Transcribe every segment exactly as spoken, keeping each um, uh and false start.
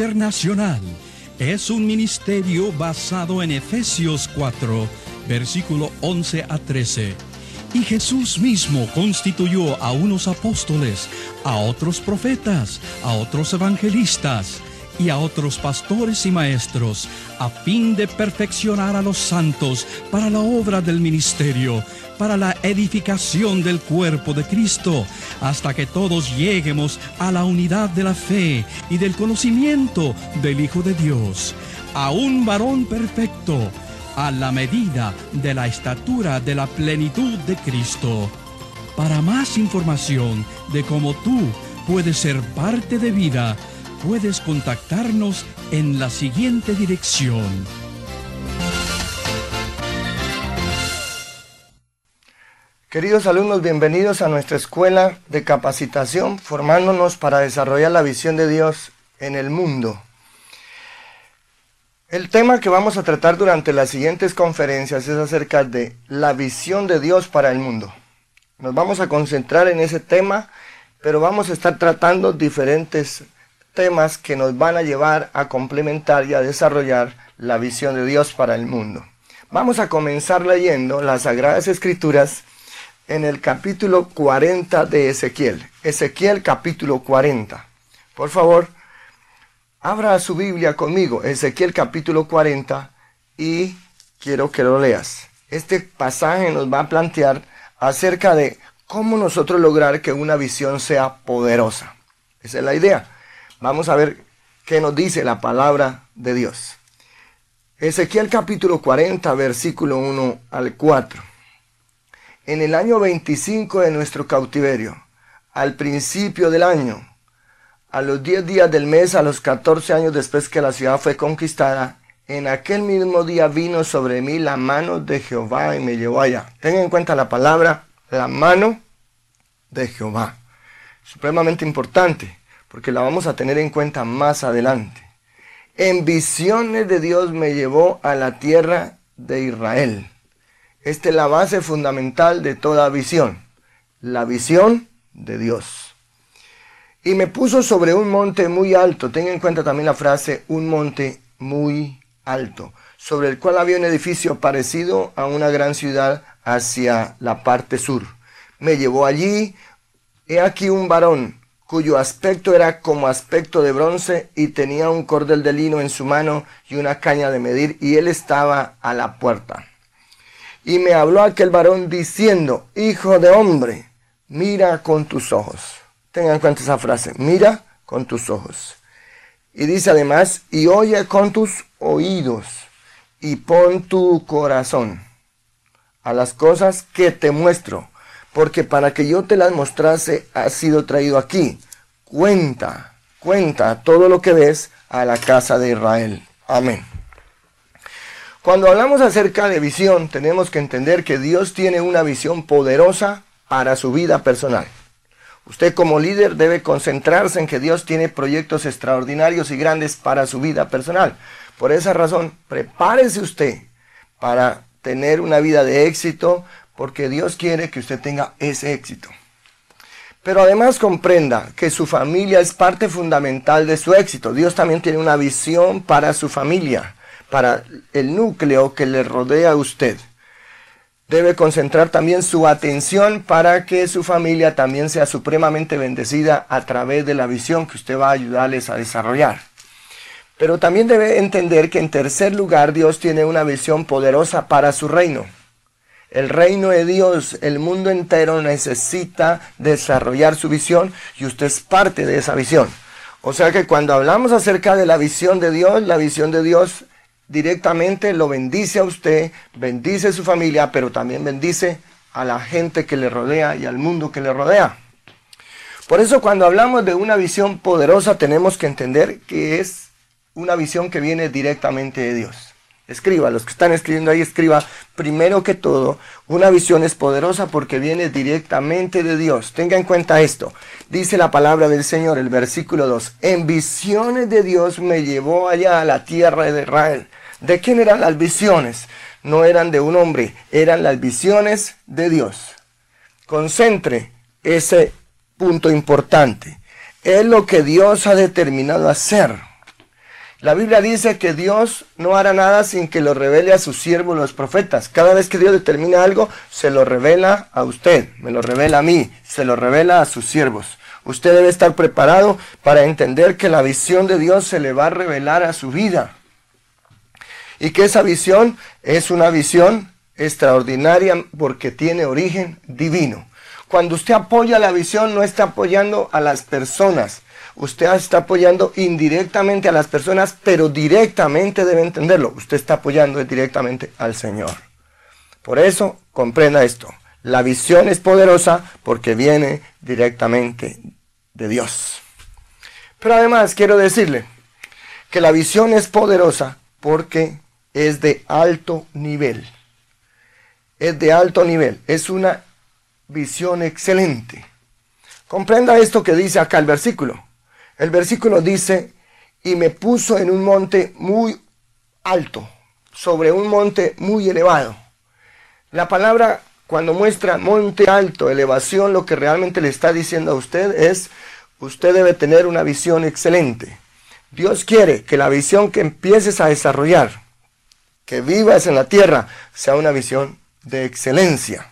Internacional es un ministerio basado en Efesios cuatro, versículo once a trece. Y Jesús mismo constituyó a unos apóstoles, a otros profetas, a otros evangelistas y a otros pastores y maestros, a fin de perfeccionar a los santos para la obra del ministerio, para la edificación del cuerpo de Cristo, hasta que todos lleguemos a la unidad de la fe y del conocimiento del Hijo de Dios, a un varón perfecto, a la medida de la estatura de la plenitud de Cristo. Para más información de cómo tú puedes ser parte de Vida, puedes contactarnos en la siguiente dirección. Queridos alumnos, bienvenidos a nuestra escuela de capacitación, formándonos para desarrollar la visión de Dios en el mundo. El tema que vamos a tratar durante las siguientes conferencias es acerca de la visión de Dios para el mundo. Nos vamos a concentrar en ese tema, pero vamos a estar tratando diferentes temas que nos van a llevar a complementar y a desarrollar la visión de Dios para el mundo. Vamos a comenzar leyendo las Sagradas Escrituras en el capítulo cuarenta de Ezequiel. Ezequiel capítulo cuarenta. Por favor, abra su Biblia conmigo, Ezequiel capítulo cuarenta, y quiero que lo leas. Este pasaje nos va a plantear acerca de cómo nosotros lograr que una visión sea poderosa. Esa es la idea. Vamos a ver qué nos dice la palabra de Dios. Ezequiel capítulo cuarenta, versículo uno al cuatro. En el año veinticinco de nuestro cautiverio, al principio del año, a los diez días del mes, a los catorce años después que la ciudad fue conquistada, en aquel mismo día vino sobre mí la mano de Jehová y me llevó allá. Tengan en cuenta la palabra, la mano de Jehová. Supremamente importante, porque la vamos a tener en cuenta más adelante. En visiones de Dios me llevó a la tierra de Israel. Esta es la base fundamental de toda visión, la visión de Dios. Y me puso sobre un monte muy alto, tengan en cuenta también la frase, un monte muy alto, sobre el cual había un edificio parecido a una gran ciudad hacia la parte sur. Me llevó allí, he aquí un varón, cuyo aspecto era como aspecto de bronce, y tenía un cordel de lino en su mano y una caña de medir, y él estaba a la puerta. Y me habló aquel varón diciendo, hijo de hombre, mira con tus ojos. Tengan en cuenta esa frase, mira con tus ojos. Y dice además, y oye con tus oídos, y pon tu corazón a las cosas que te muestro, porque para que yo te las mostrase has sido traído aquí. Cuenta, cuenta todo lo que ves a la casa de Israel. Amén. Cuando hablamos acerca de visión, tenemos que entender que Dios tiene una visión poderosa para su vida personal. Usted como líder debe concentrarse en que Dios tiene proyectos extraordinarios y grandes para su vida personal. Por esa razón, prepárese usted para tener una vida de éxito, porque Dios quiere que usted tenga ese éxito. Pero además comprenda que su familia es parte fundamental de su éxito. Dios también tiene una visión para su familia, para el núcleo que le rodea a usted. Debe concentrar también su atención para que su familia también sea supremamente bendecida a través de la visión que usted va a ayudarles a desarrollar. Pero también debe entender que en tercer lugar Dios tiene una visión poderosa para su reino. El reino de Dios, el mundo entero necesita desarrollar su visión y usted es parte de esa visión. O sea que cuando hablamos acerca de la visión de Dios, la visión de Dios directamente lo bendice a usted, bendice a su familia, pero también bendice a la gente que le rodea y al mundo que le rodea. Por eso cuando hablamos de una visión poderosa tenemos que entender que es una visión que viene directamente de Dios. Escriba, los que están escribiendo ahí, escriba, primero que todo, una visión es poderosa porque viene directamente de Dios. Tenga en cuenta esto. Dice la palabra del Señor, el versículo dos. En visiones de Dios me llevó allá a la tierra de Israel. ¿De quién eran las visiones? No eran de un hombre, eran las visiones de Dios. Concentre ese punto importante. Es lo que Dios ha determinado hacer. La Biblia dice que Dios no hará nada sin que lo revele a sus siervos los profetas. Cada vez que Dios determina algo, se lo revela a usted, me lo revela a mí, se lo revela a sus siervos. Usted debe estar preparado para entender que la visión de Dios se le va a revelar a su vida. Y que esa visión es una visión extraordinaria porque tiene origen divino. Cuando usted apoya la visión, no está apoyando a las personas. Usted está apoyando indirectamente a las personas, pero directamente debe entenderlo. Usted está apoyando directamente al Señor. Por eso, comprenda esto. La visión es poderosa porque viene directamente de Dios. Pero además quiero decirle que la visión es poderosa porque es de alto nivel. Es de alto nivel. Es una visión excelente. Comprenda esto que dice acá el versículo. El versículo dice, y me puso en un monte muy alto, sobre un monte muy elevado. La palabra, cuando muestra monte alto, elevación, lo que realmente le está diciendo a usted es, usted debe tener una visión excelente. Dios quiere que la visión que empieces a desarrollar, que vivas en la tierra, sea una visión de excelencia.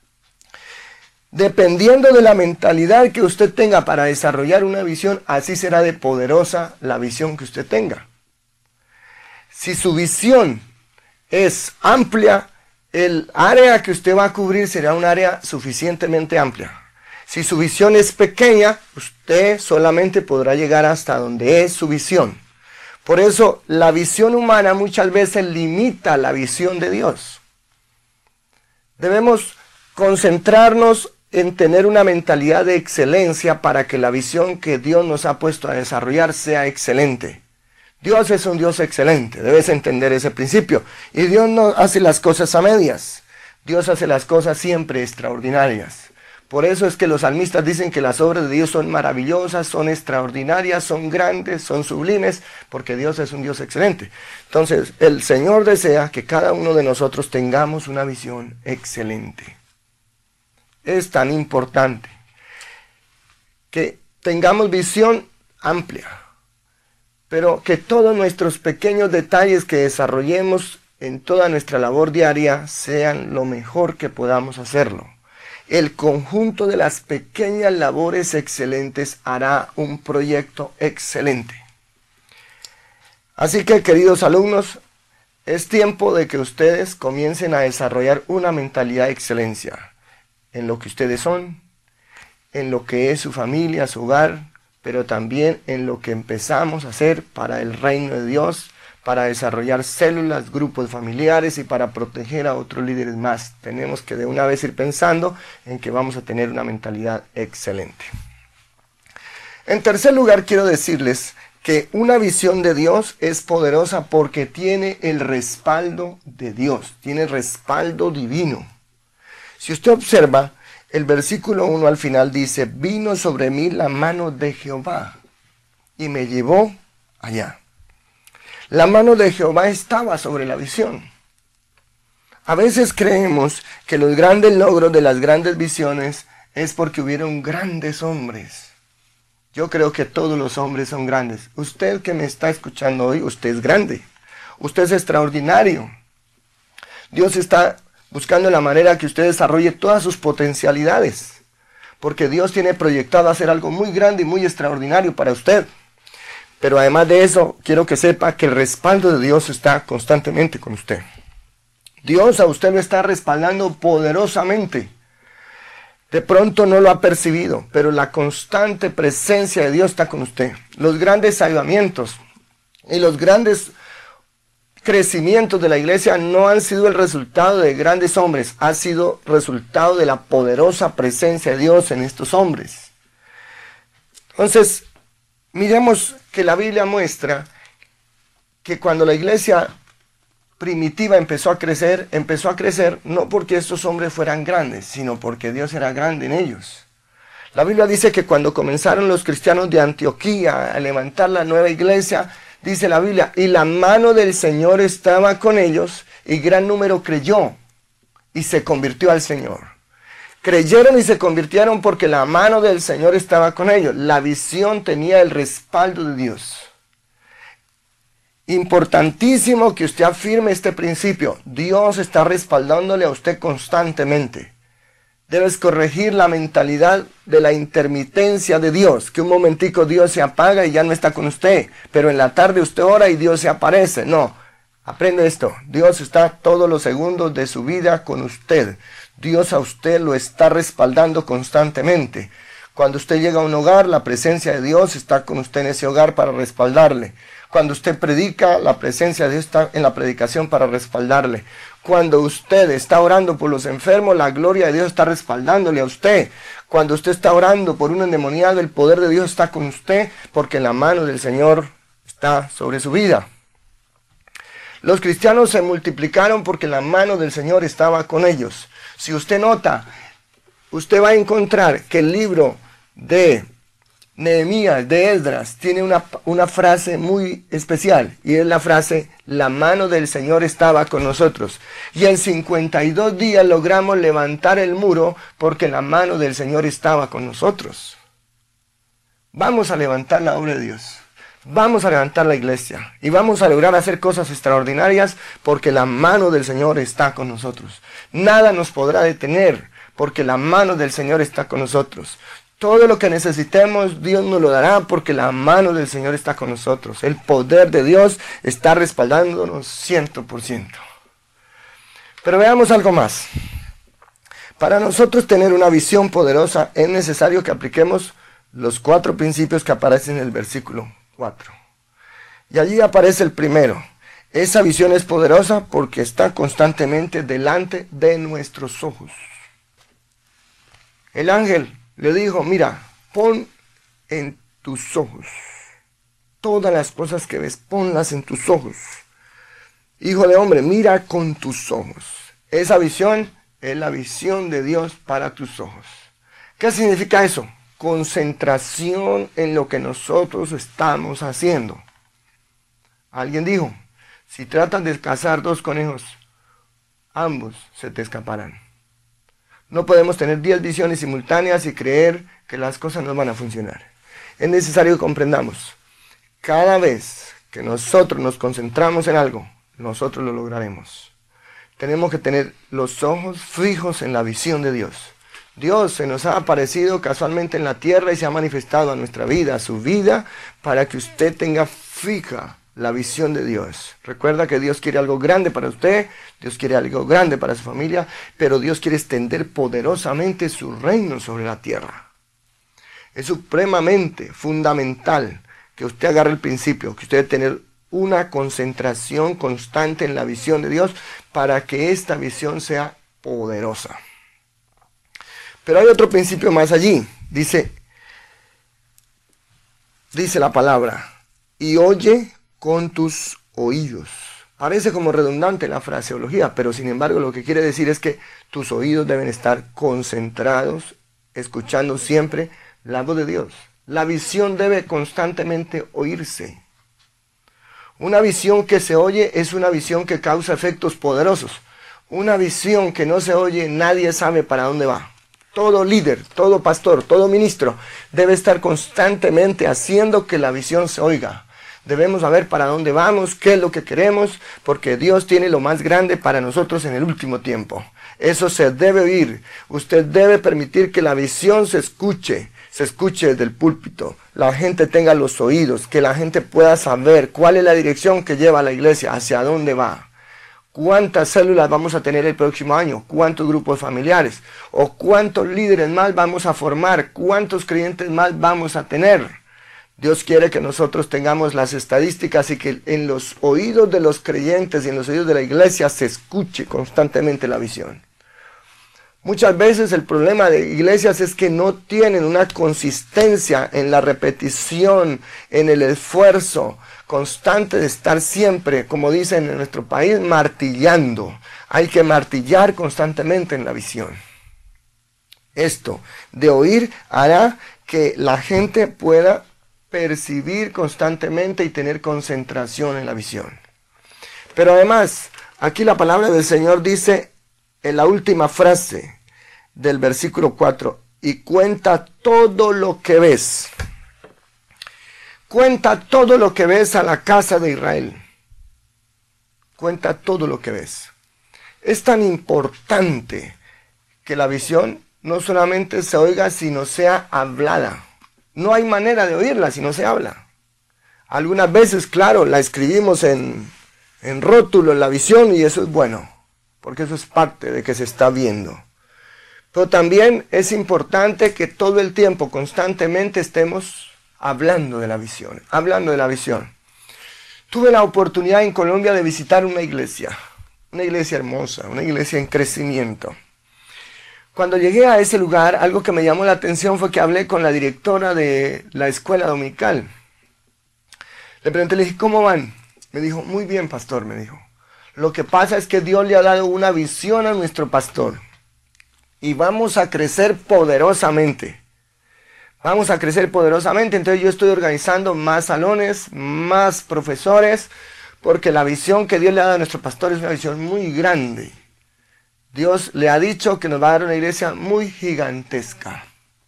Dependiendo de la mentalidad que usted tenga para desarrollar una visión, así será de poderosa la visión que usted tenga. Si su visión es amplia, el área que usted va a cubrir será un área suficientemente amplia. Si su visión es pequeña, usted solamente podrá llegar hasta donde es su visión. Por eso, la visión humana muchas veces limita la visión de Dios. Debemos concentrarnos en tener una mentalidad de excelencia para que la visión que Dios nos ha puesto a desarrollar sea excelente. Dios es un Dios excelente, debes entender ese principio. Y Dios no hace las cosas a medias. Dios hace las cosas siempre extraordinarias. Por eso es que los salmistas dicen que las obras de Dios son maravillosas, son extraordinarias, son grandes, son sublimes, porque Dios es un Dios excelente. Entonces, el Señor desea que cada uno de nosotros tengamos una visión excelente. Es tan importante que tengamos visión amplia, pero que todos nuestros pequeños detalles que desarrollemos en toda nuestra labor diaria sean lo mejor que podamos hacerlo. El conjunto de las pequeñas labores excelentes hará un proyecto excelente. Así que, queridos alumnos, es tiempo de que ustedes comiencen a desarrollar una mentalidad de excelencia en lo que ustedes son, en lo que es su familia, su hogar, pero también en lo que empezamos a hacer para el reino de Dios, para desarrollar células, grupos familiares y para proteger a otros líderes más. Tenemos que de una vez ir pensando en que vamos a tener una mentalidad excelente. En tercer lugar, quiero decirles que una visión de Dios es poderosa porque tiene el respaldo de Dios, tiene respaldo divino. Si usted observa, el versículo uno al final dice, vino sobre mí la mano de Jehová y me llevó allá. La mano de Jehová estaba sobre la visión. A veces creemos que los grandes logros de las grandes visiones es porque hubieron grandes hombres. Yo creo que todos los hombres son grandes. Usted que me está escuchando hoy, usted es grande. Usted es extraordinario. Dios está buscando la manera que usted desarrolle todas sus potencialidades, porque Dios tiene proyectado hacer algo muy grande y muy extraordinario para usted. Pero además de eso, quiero que sepa que el respaldo de Dios está constantemente con usted. Dios a usted lo está respaldando poderosamente. De pronto no lo ha percibido, pero la constante presencia de Dios está con usted. Los grandes avivamientos y los grandes crecimientos de la iglesia no han sido el resultado de grandes hombres, ha sido resultado de la poderosa presencia de Dios en estos hombres. Entonces, miremos que la Biblia muestra que cuando la iglesia primitiva empezó a crecer, empezó a crecer no porque estos hombres fueran grandes, sino porque Dios era grande en ellos. La Biblia dice que cuando comenzaron los cristianos de Antioquía a levantar la nueva iglesia, dice la Biblia, y la mano del Señor estaba con ellos, y gran número creyó, y se convirtió al Señor. Creyeron y se convirtieron porque la mano del Señor estaba con ellos. La visión tenía el respaldo de Dios. Importantísimo que usted afirme este principio. Dios está respaldándole a usted constantemente. Debes corregir la mentalidad de la intermitencia de Dios, que un momentico Dios se apaga y ya no está con usted, pero en la tarde usted ora y Dios se aparece. No, aprende esto. Dios está todos los segundos de su vida con usted. Dios a usted lo está respaldando constantemente. Cuando usted llega a un hogar, la presencia de Dios está con usted en ese hogar para respaldarle. Cuando usted predica, la presencia de Dios está en la predicación para respaldarle. Cuando usted está orando por los enfermos, la gloria de Dios está respaldándole a usted. Cuando usted está orando por un endemoniado, el poder de Dios está con usted porque la mano del Señor está sobre su vida. Los cristianos se multiplicaron porque la mano del Señor estaba con ellos. Si usted nota, usted va a encontrar que el libro de Nehemías, de Esdras, tiene una, una frase muy especial, y es la frase: la mano del Señor estaba con nosotros. Y en cincuenta y dos días logramos levantar el muro porque la mano del Señor estaba con nosotros. Vamos a levantar la obra de Dios. Vamos a levantar la iglesia. Y vamos a lograr hacer cosas extraordinarias porque la mano del Señor está con nosotros. Nada nos podrá detener porque la mano del Señor está con nosotros. Todo lo que necesitemos, Dios nos lo dará porque la mano del Señor está con nosotros. El poder de Dios está respaldándonos cien por ciento. Pero veamos algo más. Para nosotros tener una visión poderosa es necesario que apliquemos los cuatro principios que aparecen en el versículo cuatro. Y allí aparece el primero. Esa visión es poderosa porque está constantemente delante de nuestros ojos. El ángel le dijo: mira, pon en tus ojos todas las cosas que ves, ponlas en tus ojos. Hijo de hombre, mira con tus ojos. Esa visión es la visión de Dios para tus ojos. ¿Qué significa eso? Concentración en lo que nosotros estamos haciendo. Alguien dijo: si tratas de cazar dos conejos, ambos se te escaparán. No podemos tener diez visiones simultáneas y creer que las cosas no van a funcionar. Es necesario que comprendamos, cada vez que nosotros nos concentramos en algo, nosotros lo lograremos. Tenemos que tener los ojos fijos en la visión de Dios. Dios se nos ha aparecido casualmente en la tierra y se ha manifestado a nuestra vida, a su vida, para que usted tenga fija la visión de Dios. Recuerda que Dios quiere algo grande para usted, Dios quiere algo grande para su familia, pero Dios quiere extender poderosamente su reino sobre la tierra. Es supremamente fundamental que usted agarre el principio, que usted debe tener una concentración constante en la visión de Dios para que esta visión sea poderosa. Pero hay otro principio más allí. Dice, dice la palabra: y oye con tus oídos. Parece como redundante la fraseología, pero sin embargo lo que quiere decir es que tus oídos deben estar concentrados, escuchando siempre la voz de Dios. La visión debe constantemente oírse. Una visión que se oye es una visión que causa efectos poderosos. Una visión que no se oye, nadie sabe para dónde va. Todo líder, todo pastor, todo ministro debe estar constantemente haciendo que la visión se oiga. Debemos saber para dónde vamos, qué es lo que queremos, porque Dios tiene lo más grande para nosotros en el último tiempo. Eso se debe oír. Usted debe permitir que la visión se escuche, se escuche desde el púlpito. La gente tenga los oídos, que la gente pueda saber cuál es la dirección que lleva la iglesia, hacia dónde va. ¿Cuántas células vamos a tener el próximo año? ¿Cuántos grupos familiares? ¿O cuántos líderes más vamos a formar? ¿Cuántos creyentes más vamos a tener? Dios quiere que nosotros tengamos las estadísticas y que en los oídos de los creyentes y en los oídos de la iglesia se escuche constantemente la visión. Muchas veces el problema de iglesias es que no tienen una consistencia en la repetición, en el esfuerzo constante de estar siempre, como dicen en nuestro país, martillando. Hay que martillar constantemente en la visión. Esto de oír hará que la gente pueda percibir constantemente y tener concentración en la visión. Pero además, aquí la palabra del Señor dice en la última frase del versículo cuatro: y cuenta todo lo que ves. Cuenta todo lo que ves a la casa de Israel. cuenta todo lo que ves. Es tan importante que la visión no solamente se oiga, sino sea hablada. No hay manera de oírla si no se habla. Algunas veces, claro, la escribimos en, en rótulo, en la visión, y eso es bueno, porque eso es parte de que se está viendo. Pero también es importante que todo el tiempo, constantemente, estemos hablando de la visión, hablando de la visión. Tuve la oportunidad en Colombia de visitar una iglesia, una iglesia hermosa, una iglesia en crecimiento. Cuando llegué a ese lugar, algo que me llamó la atención fue que hablé con la directora de la escuela dominical. Le pregunté, le dije, ¿cómo van? Me dijo, muy bien, pastor, me dijo. Lo que pasa es que Dios le ha dado una visión a nuestro pastor. Y vamos a crecer poderosamente. Vamos a crecer poderosamente. Entonces yo estoy organizando más salones, más profesores, porque la visión que Dios le ha dado a nuestro pastor es una visión muy grande. Dios le ha dicho que nos va a dar una iglesia muy gigantesca.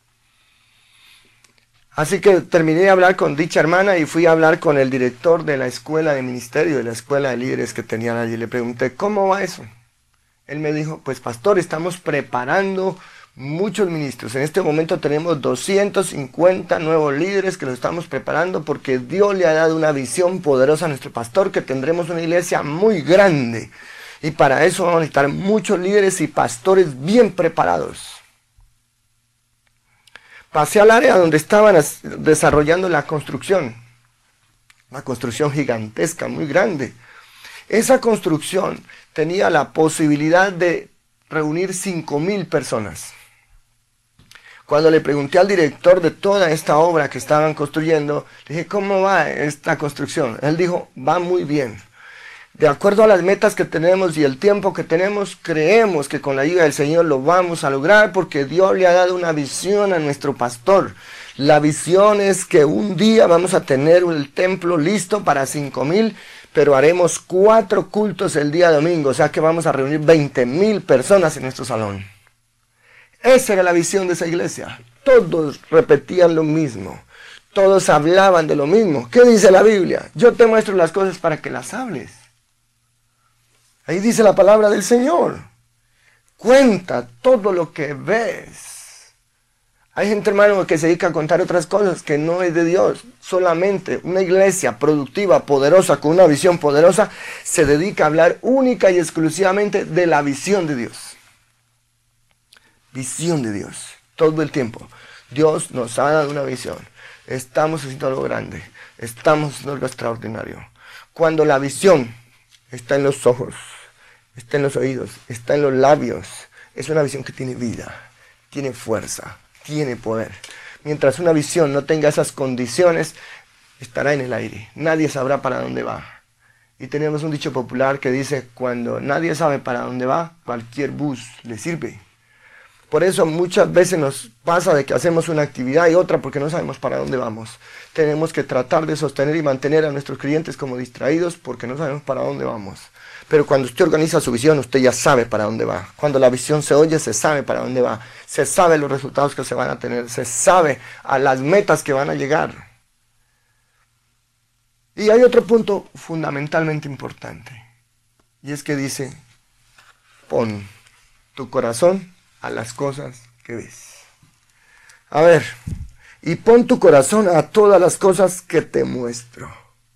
Así que terminé de hablar con dicha hermana y fui a hablar con el director de la escuela de ministerio, de la escuela de líderes que tenían allí. Le pregunté, ¿cómo va eso? Él me dijo, pues pastor, estamos preparando muchos ministros. En este momento tenemos doscientos cincuenta nuevos líderes que los estamos preparando porque Dios le ha dado una visión poderosa a nuestro pastor, que tendremos una iglesia muy grande. Y para eso vamos a necesitar muchos líderes y pastores bien preparados. Pasé al área donde estaban desarrollando la construcción. Una construcción gigantesca, muy grande. Esa construcción tenía la posibilidad de reunir cinco mil personas. Cuando le pregunté al director de toda esta obra que estaban construyendo, le dije, ¿cómo va esta construcción? Él dijo, va muy bien. De acuerdo a las metas que tenemos y el tiempo que tenemos, creemos que con la ayuda del Señor lo vamos a lograr porque Dios le ha dado una visión a nuestro pastor. La visión es que un día vamos a tener el templo listo para cinco mil, pero haremos cuatro cultos el día domingo, o sea que vamos a reunir veinte mil personas en nuestro salón. Esa era la visión de esa iglesia. Todos repetían lo mismo. Todos hablaban de lo mismo. ¿Qué dice la Biblia? Yo te muestro las cosas para que las hables. Ahí dice la palabra del Señor. Cuenta todo lo que ves. Hay gente, hermano, que se dedica a contar otras cosas que no es de Dios. Solamente una iglesia productiva, poderosa, con una visión poderosa, se dedica a hablar única y exclusivamente de la visión de Dios. Visión de Dios. Todo el tiempo. Dios nos ha dado una visión. Estamos haciendo algo grande. Estamos haciendo algo extraordinario. Cuando la visión está en los ojos, está en los oídos, está en los labios, es una visión que tiene vida, tiene fuerza, tiene poder. Mientras una visión no tenga esas condiciones, estará en el aire. Nadie sabrá para dónde va. Y tenemos un dicho popular que dice, cuando nadie sabe para dónde va, cualquier bus le sirve. Por eso muchas veces nos pasa de que hacemos una actividad y otra porque no sabemos para dónde vamos. Tenemos que tratar de sostener y mantener a nuestros clientes como distraídos porque no sabemos para dónde vamos. Pero cuando usted organiza su visión, usted ya sabe para dónde va. Cuando la visión se oye, se sabe para dónde va. Se sabe los resultados que se van a tener. Se sabe a las metas que van a llegar. Y hay otro punto fundamentalmente importante. Y es que dice, pon tu corazón a las cosas que ves. A ver, y pon tu corazón a todas las cosas que te muestro.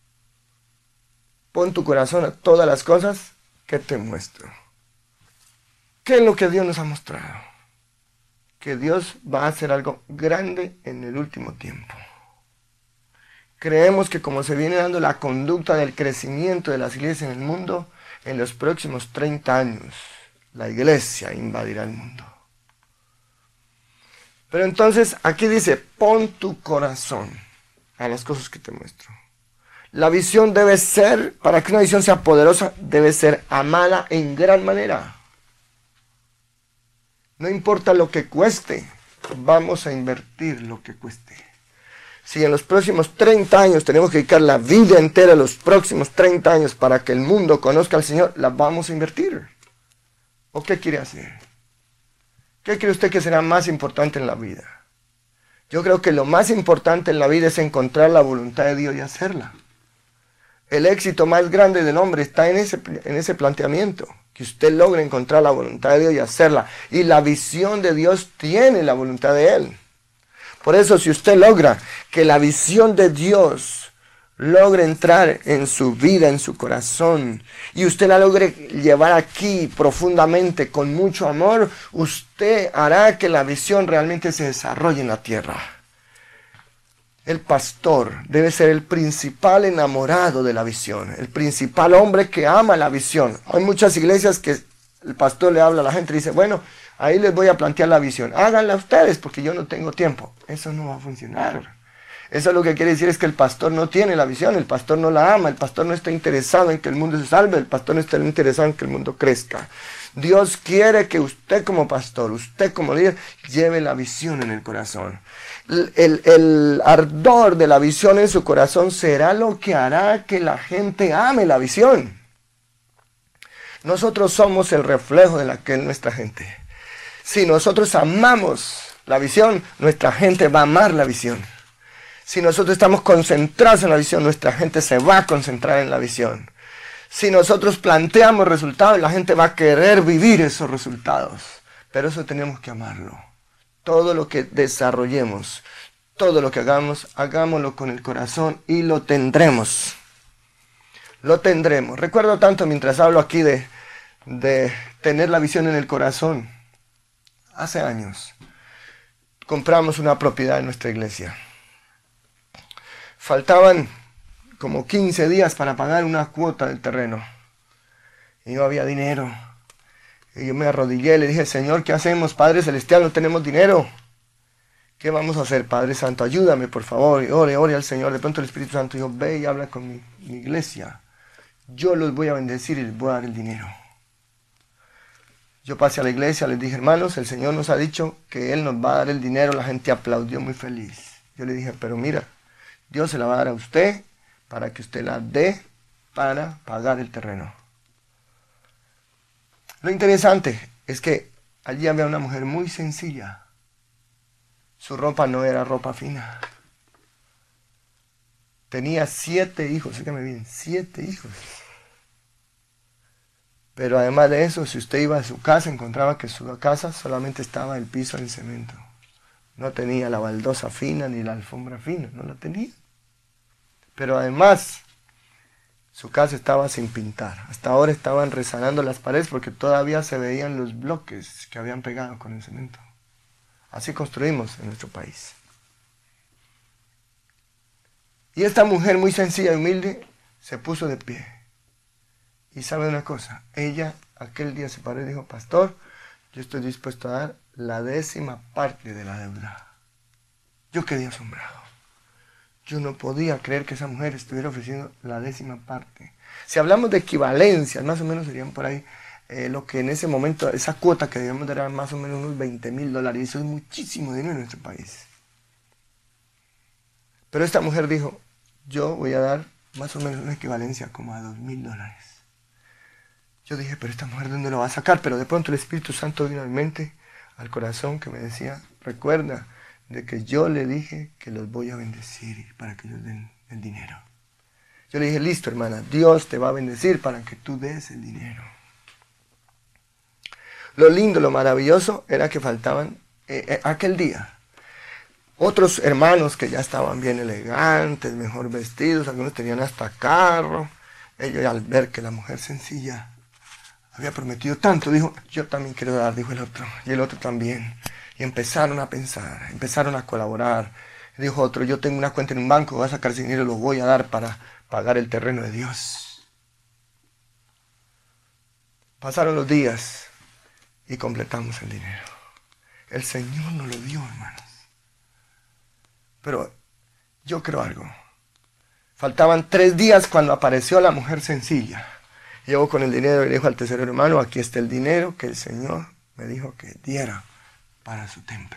Pon tu corazón a todas las cosas que te muestro. ¿Qué es lo que Dios nos ha mostrado? Que Dios va a hacer algo grande en el último tiempo. Creemos que como se viene dando la conducta del crecimiento de las iglesias en el mundo, en los próximos treinta años, la iglesia invadirá el mundo. Pero entonces aquí dice, pon tu corazón a las cosas que te muestro. La visión debe ser, para que una visión sea poderosa, debe ser amada en gran manera. No importa lo que cueste, vamos a invertir lo que cueste. Si en los próximos treinta años tenemos que dedicar la vida entera, los próximos treinta años, para que el mundo conozca al Señor, la vamos a invertir. ¿O qué quiere hacer? ¿Qué cree usted que será más importante en la vida? Yo creo que lo más importante en la vida es encontrar la voluntad de Dios y hacerla. El éxito más grande del hombre está en ese, en ese planteamiento, que usted logre encontrar la voluntad de Dios y hacerla. Y la visión de Dios tiene la voluntad de Él. Por eso, si usted logra que la visión de Dios logre entrar en su vida, en su corazón, y usted la logre llevar aquí profundamente, con mucho amor, usted hará que la visión realmente se desarrolle en la tierra. El pastor debe ser el principal enamorado de la visión, el principal hombre que ama la visión. Hay muchas iglesias que el pastor le habla a la gente y dice, bueno, ahí les voy a plantear la visión, háganla ustedes porque yo no tengo tiempo. Eso no va a funcionar. Eso lo que quiere decir es que el pastor no tiene la visión, el pastor no la ama, el pastor no está interesado en que el mundo se salve, el pastor no está interesado en que el mundo crezca. Dios quiere que usted como pastor, usted como líder, lleve la visión en el corazón. El, el, el ardor de la visión en su corazón será lo que hará que la gente ame la visión. Nosotros somos el reflejo de la que es nuestra gente. Si nosotros amamos la visión, nuestra gente va a amar la visión. Si nosotros estamos concentrados en la visión, nuestra gente se va a concentrar en la visión. Si nosotros planteamos resultados, la gente va a querer vivir esos resultados. Pero eso tenemos que amarlo. Todo lo que desarrollemos, todo lo que hagamos, hagámoslo con el corazón y lo tendremos. Lo tendremos. Recuerdo tanto mientras hablo aquí de, de tener la visión en el corazón. Hace años compramos una propiedad en nuestra iglesia. Faltaban como quince días para pagar una cuota del terreno. Y no había dinero. Y yo me arrodillé y le dije, Señor, ¿qué hacemos? Padre Celestial, no tenemos dinero. ¿Qué vamos a hacer, Padre Santo? Ayúdame, por favor. Y ore, ore al Señor. De pronto el Espíritu Santo dijo, ve y habla con mi, mi iglesia. Yo los voy a bendecir y les voy a dar el dinero. Yo pasé a la iglesia, les dije, hermanos, el Señor nos ha dicho que Él nos va a dar el dinero. La gente aplaudió muy feliz. Yo le dije, pero mira, Dios se la va a dar a usted para que usted la dé para pagar el terreno. Lo interesante es que allí había una mujer muy sencilla. Su ropa no era ropa fina. Tenía siete hijos, fíjame bien, siete hijos. Pero además de eso, si usted iba a su casa, encontraba que su casa solamente estaba el piso en cemento. No tenía la baldosa fina ni la alfombra fina, no la tenía. Pero además, su casa estaba sin pintar. Hasta ahora estaban resanando las paredes porque todavía se veían los bloques que habían pegado con el cemento. Así construimos en nuestro país. Y esta mujer muy sencilla y humilde se puso de pie. Y sabe una cosa, ella aquel día se paró y dijo, pastor, yo estoy dispuesto a dar la décima parte de la deuda. Yo quedé asombrado. Yo no podía creer que esa mujer estuviera ofreciendo la décima parte. Si hablamos de equivalencias, más o menos serían por ahí eh, lo que en ese momento, esa cuota que debíamos dar era más o menos unos veinte mil dólares. Y eso es muchísimo dinero en nuestro país. Pero esta mujer dijo, yo voy a dar más o menos una equivalencia como a dos mil dólares. Yo dije, pero esta mujer, ¿de dónde lo va a sacar? Pero de pronto el Espíritu Santo vino a mi mente, al corazón, que me decía, recuerda de que yo le dije que los voy a bendecir para que ellos den el dinero. Yo le dije, listo, hermana, Dios te va a bendecir para que tú des el dinero. Lo lindo, lo maravilloso era que faltaban eh, eh, aquel día otros hermanos que ya estaban bien elegantes, mejor vestidos, algunos tenían hasta carro. Ellos, al ver que la mujer sencilla había prometido tanto, dijo, yo también quiero dar, dijo el otro, y el otro también. Y empezaron a pensar, empezaron a colaborar. Dijo otro, yo tengo una cuenta en un banco, voy a sacar ese dinero y lo voy a dar para pagar el terreno de Dios. Pasaron los días y completamos el dinero. El Señor nos lo dio, hermanos. Pero yo creo algo. Faltaban tres días cuando apareció la mujer sencilla. Llegó con el dinero y le dijo al tesorero, hermano, aquí está el dinero que el Señor me dijo que diera para su templo.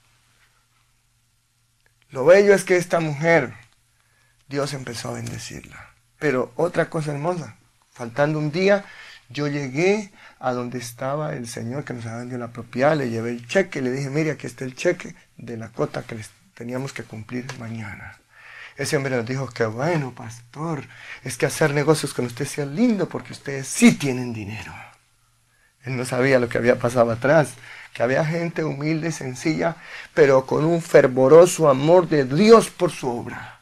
Lo bello es que esta mujer, Dios empezó a bendecirla. Pero otra cosa hermosa, faltando un día, yo llegué a donde estaba el señor que nos había vendido la propiedad, le llevé el cheque, le dije, mire, aquí está el cheque de la cuota que les teníamos que cumplir mañana. Ese hombre nos dijo, qué bueno, pastor, es que hacer negocios con usted sea lindo porque ustedes sí tienen dinero. Él no sabía lo que había pasado atrás, que había gente humilde y sencilla, pero con un fervoroso amor de Dios por su obra.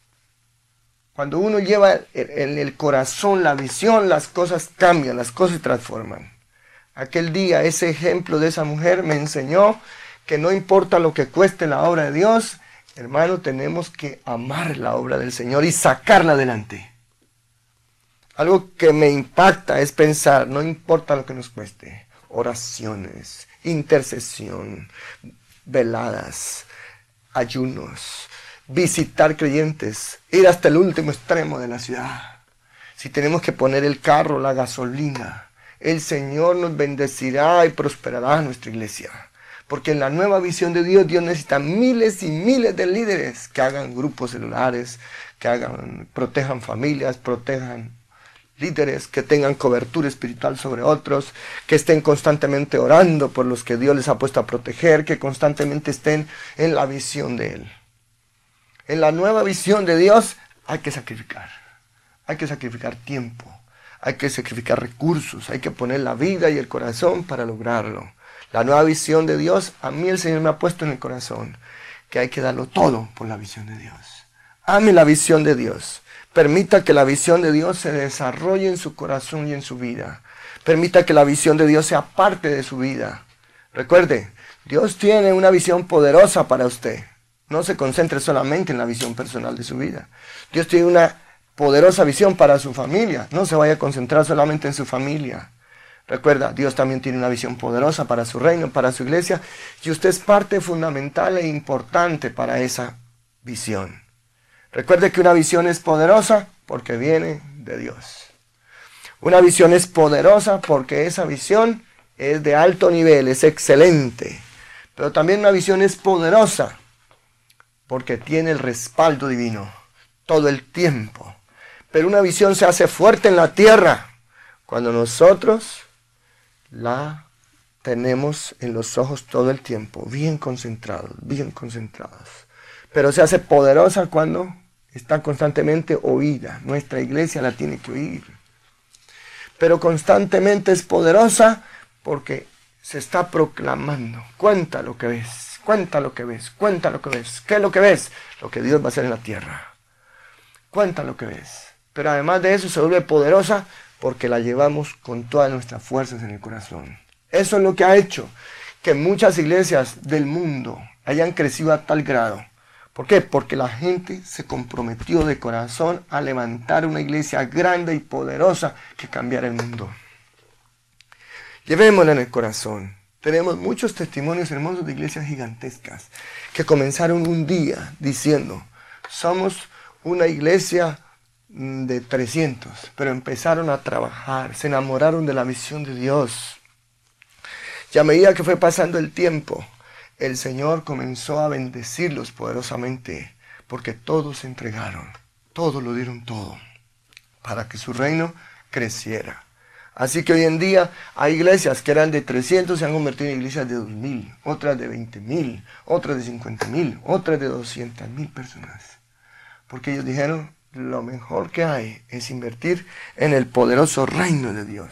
Cuando uno lleva en el corazón la visión, las cosas cambian, las cosas se transforman. Aquel día ese ejemplo de esa mujer me enseñó que no importa lo que cueste la obra de Dios, hermano, tenemos que amar la obra del Señor y sacarla adelante. Algo que me impacta es pensar, no importa lo que nos cueste, oraciones, intercesión, veladas, ayunos, visitar creyentes, ir hasta el último extremo de la ciudad. Si tenemos que poner el carro, la gasolina, el Señor nos bendecirá y prosperará nuestra iglesia. Porque en la nueva visión de Dios, Dios necesita miles y miles de líderes que hagan grupos celulares, que hagan, protejan familias, protejan líderes, que tengan cobertura espiritual sobre otros, que estén constantemente orando por los que Dios les ha puesto a proteger, que constantemente estén en la visión de Él. En la nueva visión de Dios hay que sacrificar, hay que sacrificar tiempo, hay que sacrificar recursos, hay que poner la vida y el corazón para lograrlo. La nueva visión de Dios, a mí el Señor me ha puesto en el corazón que hay que darlo todo por la visión de Dios. Ame la visión de Dios. Permita que la visión de Dios se desarrolle en su corazón y en su vida. Permita que la visión de Dios sea parte de su vida. Recuerde, Dios tiene una visión poderosa para usted. No se concentre solamente en la visión personal de su vida. Dios tiene una poderosa visión para su familia. No se vaya a concentrar solamente en su familia. Recuerda, Dios también tiene una visión poderosa para su reino, para su iglesia, y usted es parte fundamental e importante para esa visión. Recuerde que una visión es poderosa porque viene de Dios. Una visión es poderosa porque esa visión es de alto nivel, es excelente. Pero también una visión es poderosa porque tiene el respaldo divino todo el tiempo. Pero una visión se hace fuerte en la tierra cuando nosotros la tenemos en los ojos todo el tiempo, bien concentrados, bien concentrados. Pero se hace poderosa cuando está constantemente oída. Nuestra iglesia la tiene que oír. Pero constantemente es poderosa porque se está proclamando. Cuenta lo que ves, cuenta lo que ves, cuenta lo que ves. ¿Qué es lo que ves? Lo que Dios va a hacer en la tierra. Cuenta lo que ves. Pero además de eso se vuelve poderosa porque la llevamos con todas nuestras fuerzas en el corazón. Eso es lo que ha hecho que muchas iglesias del mundo hayan crecido a tal grado. ¿Por qué? Porque la gente se comprometió de corazón a levantar una iglesia grande y poderosa que cambiara el mundo. Llevémosla en el corazón. Tenemos muchos testimonios hermosos de iglesias gigantescas que comenzaron un día diciendo, somos una iglesia de trescientos, pero empezaron a trabajar, se enamoraron de la visión de Dios. Y a medida que fue pasando el tiempo, el Señor comenzó a bendecirlos poderosamente, porque todos se entregaron, todos lo dieron todo, para que su reino creciera. Así que hoy en día hay iglesias que eran de trescientos, se han convertido en iglesias de dos mil, otras de veinte mil, otras de cincuenta mil, otras de doscientas mil personas. Porque ellos dijeron, lo mejor que hay es invertir en el poderoso reino de Dios.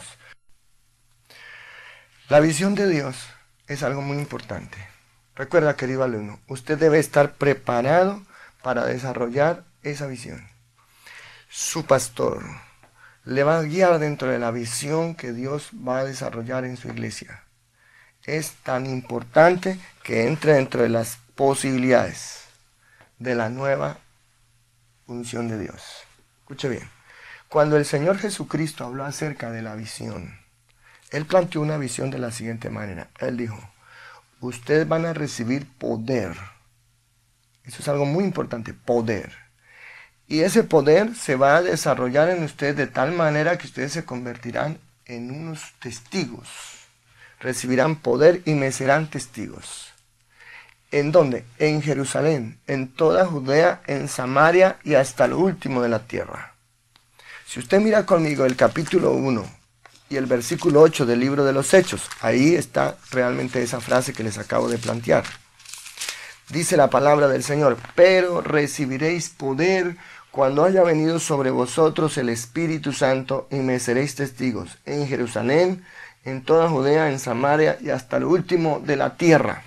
La visión de Dios es algo muy importante. Recuerda, querido alumno, usted debe estar preparado para desarrollar esa visión. Su pastor le va a guiar dentro de la visión que Dios va a desarrollar en su iglesia. Es tan importante que entre dentro de las posibilidades de la nueva función de Dios. Escuche bien. Cuando el Señor Jesucristo habló acerca de la visión, Él planteó una visión de la siguiente manera. Él dijo, ustedes van a recibir poder. Eso es algo muy importante, poder. Y ese poder se va a desarrollar en ustedes de tal manera que ustedes se convertirán en unos testigos. Recibirán poder y me serán testigos. ¿En dónde? En Jerusalén, en toda Judea, en Samaria y hasta lo último de la tierra. Si usted mira conmigo el capítulo uno y el versículo ocho del libro de los Hechos, ahí está realmente esa frase que les acabo de plantear. Dice la palabra del Señor, pero recibiréis poder cuando haya venido sobre vosotros el Espíritu Santo y me seréis testigos en Jerusalén, en toda Judea, en Samaria y hasta lo último de la tierra.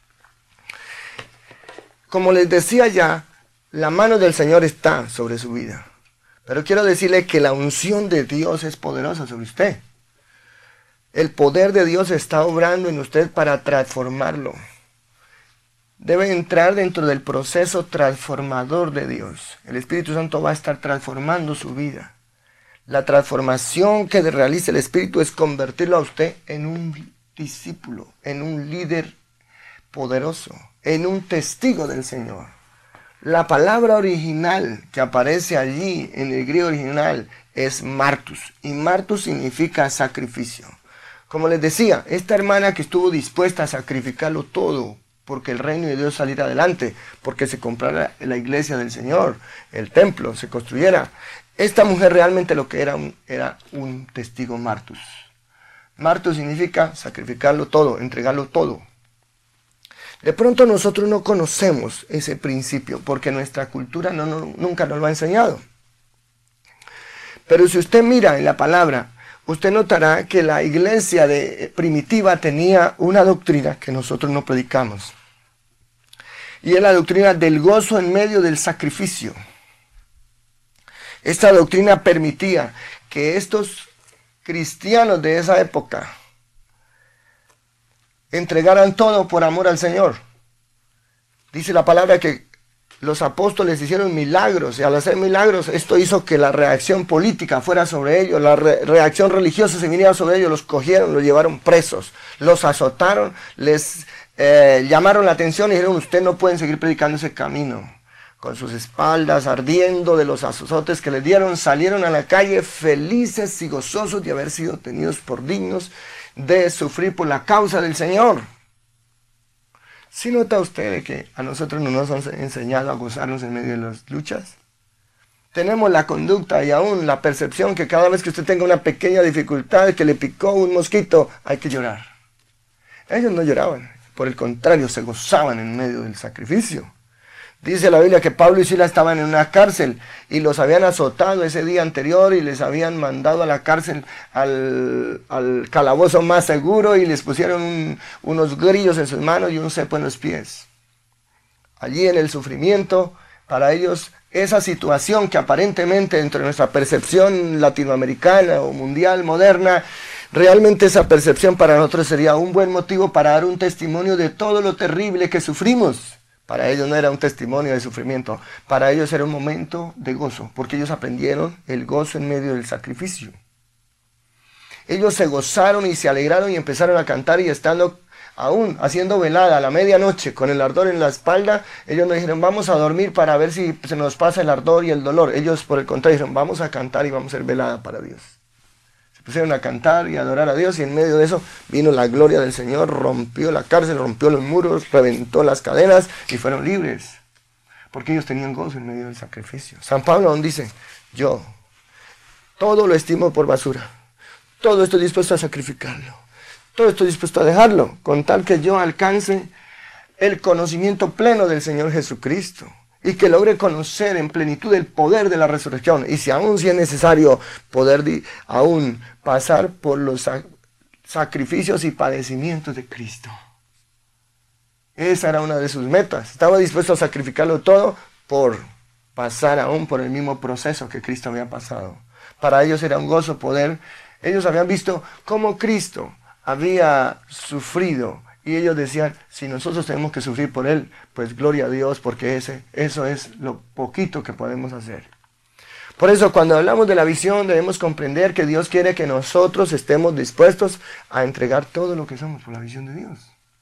Como les decía ya, la mano del Señor está sobre su vida. Pero quiero decirle que la unción de Dios es poderosa sobre usted. El poder de Dios está obrando en usted para transformarlo. Debe entrar dentro del proceso transformador de Dios. El Espíritu Santo va a estar transformando su vida. La transformación que realiza el Espíritu es convertirlo a usted en un discípulo, en un líder poderoso, en un testigo del Señor. La palabra original que aparece allí en el griego original es martus, y martus significa sacrificio. Como les decía, esta hermana que estuvo dispuesta a sacrificarlo todo porque el reino de Dios saliera adelante, porque se comprara la iglesia del Señor, el templo, se construyera. Esta mujer realmente lo que era un, era un testigo martus. Martus significa sacrificarlo todo, entregarlo todo. De pronto nosotros no conocemos ese principio porque nuestra cultura no, no, nunca nos lo ha enseñado. Pero si usted mira en la palabra, usted notará que la iglesia de, primitiva tenía una doctrina que nosotros no predicamos. Y es la doctrina del gozo en medio del sacrificio. Esta doctrina permitía que estos cristianos de esa época entregaran todo por amor al Señor. Dice la palabra que los apóstoles hicieron milagros, y al hacer milagros esto hizo que la reacción política fuera sobre ellos, la re reacción religiosa se viniera sobre ellos, los cogieron, los llevaron presos, los azotaron, les eh, llamaron la atención y dijeron, ustedes no pueden seguir predicando ese camino. Con sus espaldas ardiendo de los azotes que les dieron, salieron a la calle felices y gozosos de haber sido tenidos por dignos de sufrir por la causa del Señor. ¿Sí nota usted que a nosotros no nos han enseñado a gozarnos en medio de las luchas? Tenemos la conducta y aún la percepción que cada vez que usted tenga una pequeña dificultad, que le picó un mosquito, hay que llorar. Ellos no lloraban, por el contrario, se gozaban en medio del sacrificio. Dice la Biblia que Pablo y Silas estaban en una cárcel y los habían azotado ese día anterior y les habían mandado a la cárcel al, al calabozo más seguro y les pusieron un, unos grillos en sus manos y un cepo en los pies. Allí en el sufrimiento, para ellos esa situación que aparentemente dentro de nuestra percepción latinoamericana o mundial moderna, realmente esa percepción para nosotros sería un buen motivo para dar un testimonio de todo lo terrible que sufrimos. Para ellos no era un testimonio de sufrimiento, para ellos era un momento de gozo, porque ellos aprendieron el gozo en medio del sacrificio. Ellos se gozaron y se alegraron y empezaron a cantar y estando aún haciendo velada a la medianoche con el ardor en la espalda, ellos no dijeron vamos a dormir para ver si se nos pasa el ardor y el dolor. Ellos por el contrario dijeron vamos a cantar y vamos a hacer velada para Dios. Pusieron a cantar y a adorar a Dios y en medio de eso vino la gloria del Señor, rompió la cárcel, rompió los muros, reventó las cadenas y fueron libres. Porque ellos tenían gozo en medio del sacrificio. San Pablo aún dice, yo todo lo estimo por basura, todo estoy dispuesto a sacrificarlo, todo estoy dispuesto a dejarlo, con tal que yo alcance el conocimiento pleno del Señor Jesucristo. Y que logre conocer en plenitud el poder de la resurrección. Y si aún si es necesario poder aún pasar por los sac sacrificios y padecimientos de Cristo. Esa era una de sus metas. Estaba dispuesto a sacrificarlo todo por pasar aún por el mismo proceso que Cristo había pasado. Para ellos era un gozo poder. Ellos habían visto cómo Cristo había sufrido. Y ellos decían, si nosotros tenemos que sufrir por Él, pues gloria a Dios, porque ese, eso es lo poquito que podemos hacer. Por eso, cuando hablamos de la visión, debemos comprender que Dios quiere que nosotros estemos dispuestos a entregar todo lo que somos por la visión de Dios.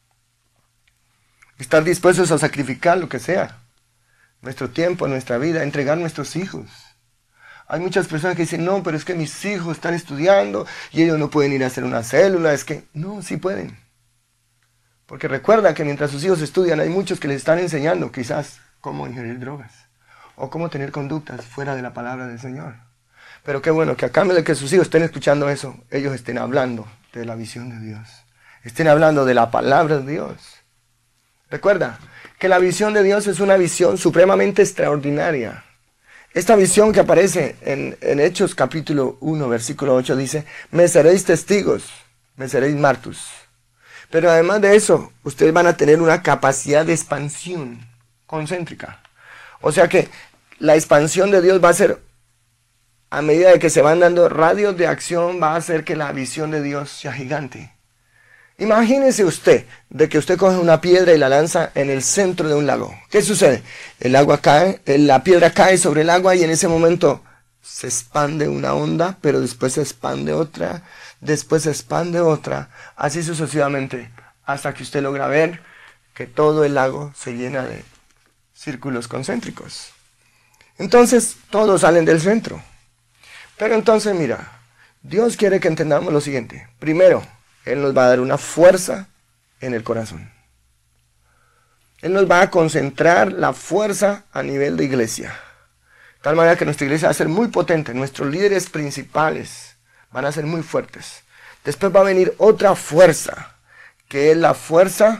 Estar dispuestos a sacrificar lo que sea. Nuestro tiempo, nuestra vida, entregar nuestros hijos. Hay muchas personas que dicen, no, pero es que mis hijos están estudiando y ellos no pueden ir a hacer una célula. Es que, no, sí pueden. Porque recuerda que mientras sus hijos estudian hay muchos que les están enseñando quizás cómo ingerir drogas o cómo tener conductas fuera de la palabra del Señor. Pero qué bueno que a cambio de que sus hijos estén escuchando eso, ellos estén hablando de la visión de Dios. Estén hablando de la palabra de Dios. Recuerda que la visión de Dios es una visión supremamente extraordinaria. Esta visión que aparece en, en Hechos capítulo uno, versículo ocho, dice, me seréis testigos, me seréis martus. Pero además de eso, ustedes van a tener una capacidad de expansión concéntrica. O sea que la expansión de Dios va a ser, a medida de que se van dando radios de acción, va a hacer que la visión de Dios sea gigante. Imagínese usted de que usted coge una piedra y la lanza en el centro de un lago. ¿Qué sucede? El agua cae, la piedra cae sobre el agua y en ese momento se expande una onda, pero después se expande otra, después se expande otra, así sucesivamente, hasta que usted logra ver que todo el lago se llena de círculos concéntricos. Entonces, todos salen del centro. Pero entonces, mira, Dios quiere que entendamos lo siguiente. Primero, Él nos va a dar una fuerza en el corazón. Él nos va a concentrar la fuerza a nivel de iglesia. De tal manera que nuestra iglesia va a ser muy potente. Nuestros líderes principales van a ser muy fuertes. Después va a venir otra fuerza, que es la fuerza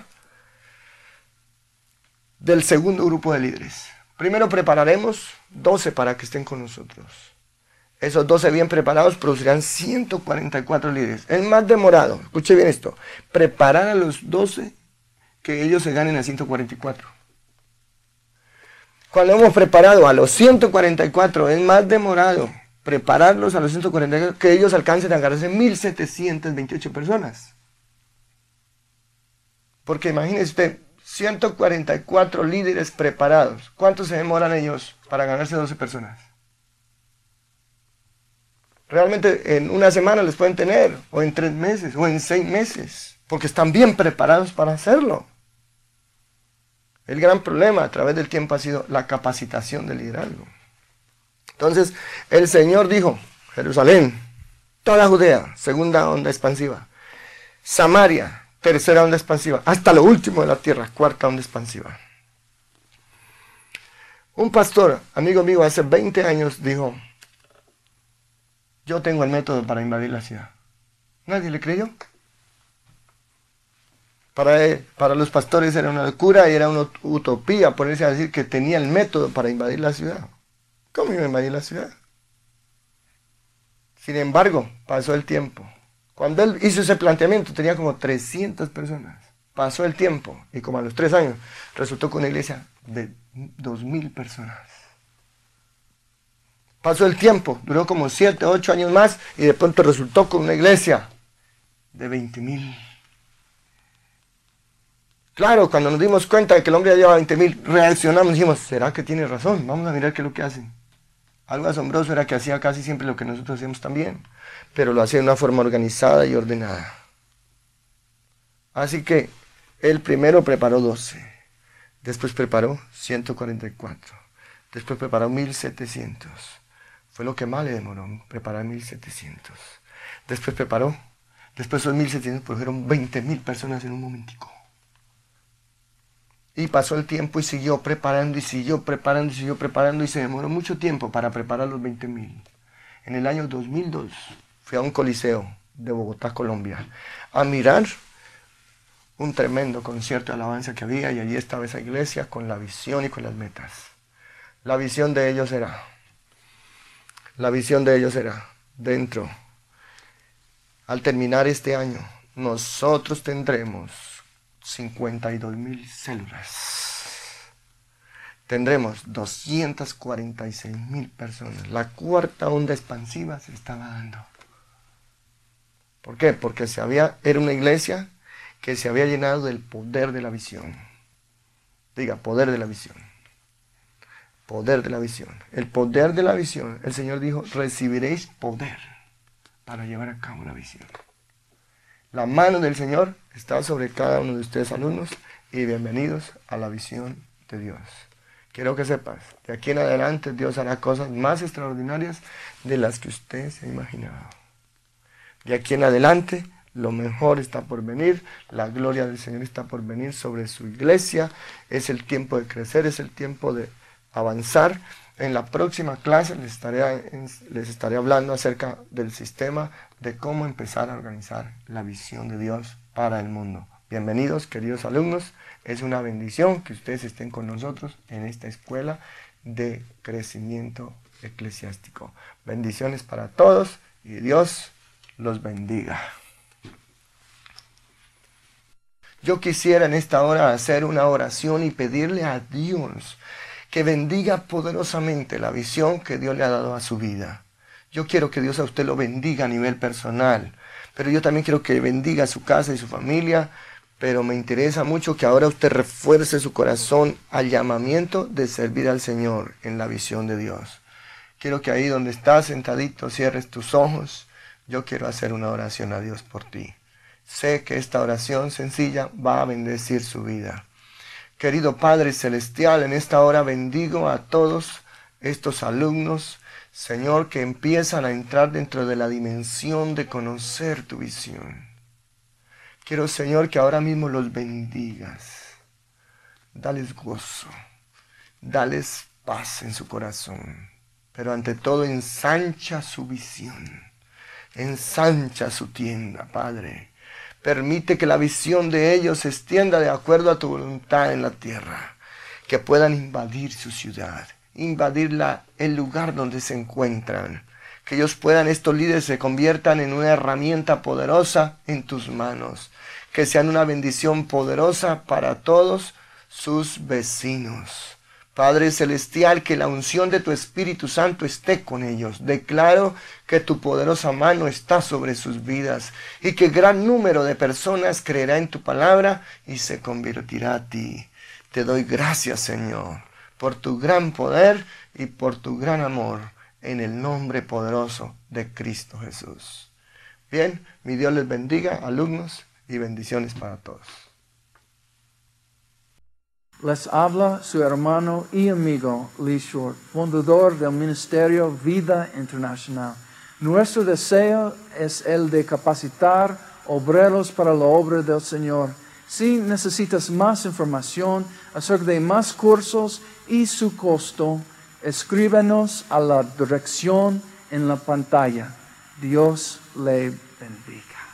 del segundo grupo de líderes. Primero prepararemos doce para que estén con nosotros. Esos doce bien preparados producirán ciento cuarenta y cuatro líderes. El más demorado, escuche bien esto, preparar a los doce que ellos se ganen a ciento cuarenta y cuatro. Cuando hemos preparado a los ciento cuarenta y cuatro, es más demorado prepararlos a los ciento cuarenta y cuatro que ellos alcancen a ganarse mil setecientas veintiocho personas. Porque imagínese usted, ciento cuarenta y cuatro líderes preparados. ¿Cuánto se demoran ellos para ganarse doce personas? Realmente en una semana les pueden tener, o en tres meses, o en seis meses, porque están bien preparados para hacerlo. El gran problema a través del tiempo ha sido la capacitación del liderazgo. Entonces, el Señor dijo, Jerusalén, toda Judea, segunda onda expansiva, Samaria, tercera onda expansiva, hasta lo último de la tierra, cuarta onda expansiva. Un pastor, amigo mío, hace veinte años dijo, yo tengo el método para invadir la ciudad. ¿Nadie le creyó? Para, él, para los pastores era una locura y era una utopía ponerse a decir que tenía el método para invadir la ciudad. ¿Cómo iba a invadir la ciudad? Sin embargo, pasó el tiempo. Cuando él hizo ese planteamiento tenía como trescientas personas. Pasó el tiempo y como a los tres años resultó con una iglesia de dos mil personas. Pasó el tiempo, duró como siete, ocho años más y de pronto resultó con una iglesia de veinte mil. Claro, cuando nos dimos cuenta de que el hombre ya llevaba veinte mil, reaccionamos y dijimos, ¿será que tiene razón? Vamos a mirar qué es lo que hacen. Algo asombroso era que hacía casi siempre lo que nosotros hacemos también, pero lo hacía de una forma organizada y ordenada. Así que él primero preparó doce, después preparó ciento cuarenta y cuatro, después preparó mil setecientos. Fue lo que más le demoró, preparar mil setecientos. Después preparó, después esos mil setecientos produjeron veinte mil personas en un momentico. Y pasó el tiempo y siguió preparando y siguió preparando y siguió preparando y se demoró mucho tiempo para preparar los veinte mil. En el año dos mil dos fui a un coliseo de Bogotá, Colombia, a mirar un tremendo concierto de alabanza que había y allí estaba esa iglesia con la visión y con las metas. La visión de ellos era... La visión de ellos era, dentro, al terminar este año, nosotros tendremos cincuenta y dos mil células. Tendremos doscientas cuarenta y seis mil personas. La cuarta onda expansiva se estaba dando. ¿Por qué? Porque se había, era una iglesia que se había llenado del poder de la visión. Diga, poder de la visión. Poder de la visión. El poder de la visión. El Señor dijo, recibiréis poder para llevar a cabo la visión. La mano del Señor está sobre cada uno de ustedes, alumnos, y bienvenidos a la visión de Dios. Quiero que sepas, de aquí en adelante Dios hará cosas más extraordinarias de las que usted se ha imaginado. De aquí en adelante, lo mejor está por venir, la gloria del Señor está por venir sobre su iglesia. Es el tiempo de crecer, es el tiempo de avanzar. En la próxima clase les estaré, les estaré hablando acerca del sistema de cómo empezar a organizar la visión de Dios para el mundo. Bienvenidos, queridos alumnos. Es una bendición que ustedes estén con nosotros en esta escuela de crecimiento eclesiástico. Bendiciones para todos y Dios los bendiga. Yo quisiera en esta hora hacer una oración y pedirle a Dios que bendiga poderosamente la visión que Dios le ha dado a su vida. Yo quiero que Dios a usted lo bendiga a nivel personal, pero yo también quiero que bendiga a su casa y su familia, pero me interesa mucho que ahora usted refuerce su corazón al llamamiento de servir al Señor en la visión de Dios. Quiero que ahí donde estás sentadito cierres tus ojos. Yo quiero hacer una oración a Dios por ti. Sé que esta oración sencilla va a bendecir su vida. Querido Padre Celestial, en esta hora bendigo a todos estos alumnos, Señor, que empiezan a entrar dentro de la dimensión de conocer tu visión. Quiero, Señor, que ahora mismo los bendigas. Dales gozo, dales paz en su corazón, pero ante todo ensancha su visión, ensancha su tienda, Padre. Permite que la visión de ellos se extienda de acuerdo a tu voluntad en la tierra, que puedan invadir su ciudad, invadir la, el lugar donde se encuentran, que ellos puedan, estos líderes se conviertan en una herramienta poderosa en tus manos, que sean una bendición poderosa para todos sus vecinos. Padre Celestial, que la unción de tu Espíritu Santo esté con ellos. Declaro que tu poderosa mano está sobre sus vidas y que gran número de personas creerá en tu palabra y se convertirá a ti. Te doy gracias, Señor, por tu gran poder y por tu gran amor, en el nombre poderoso de Cristo Jesús. Bien, mi Dios les bendiga, alumnos, y bendiciones para todos. Les habla su hermano y amigo Lee Short, fundador del Ministerio Vida Internacional. Nuestro deseo es el de capacitar obreros para la obra del Señor. Si necesitas más información acerca de más cursos y su costo, escríbenos a la dirección en la pantalla. Dios le bendiga.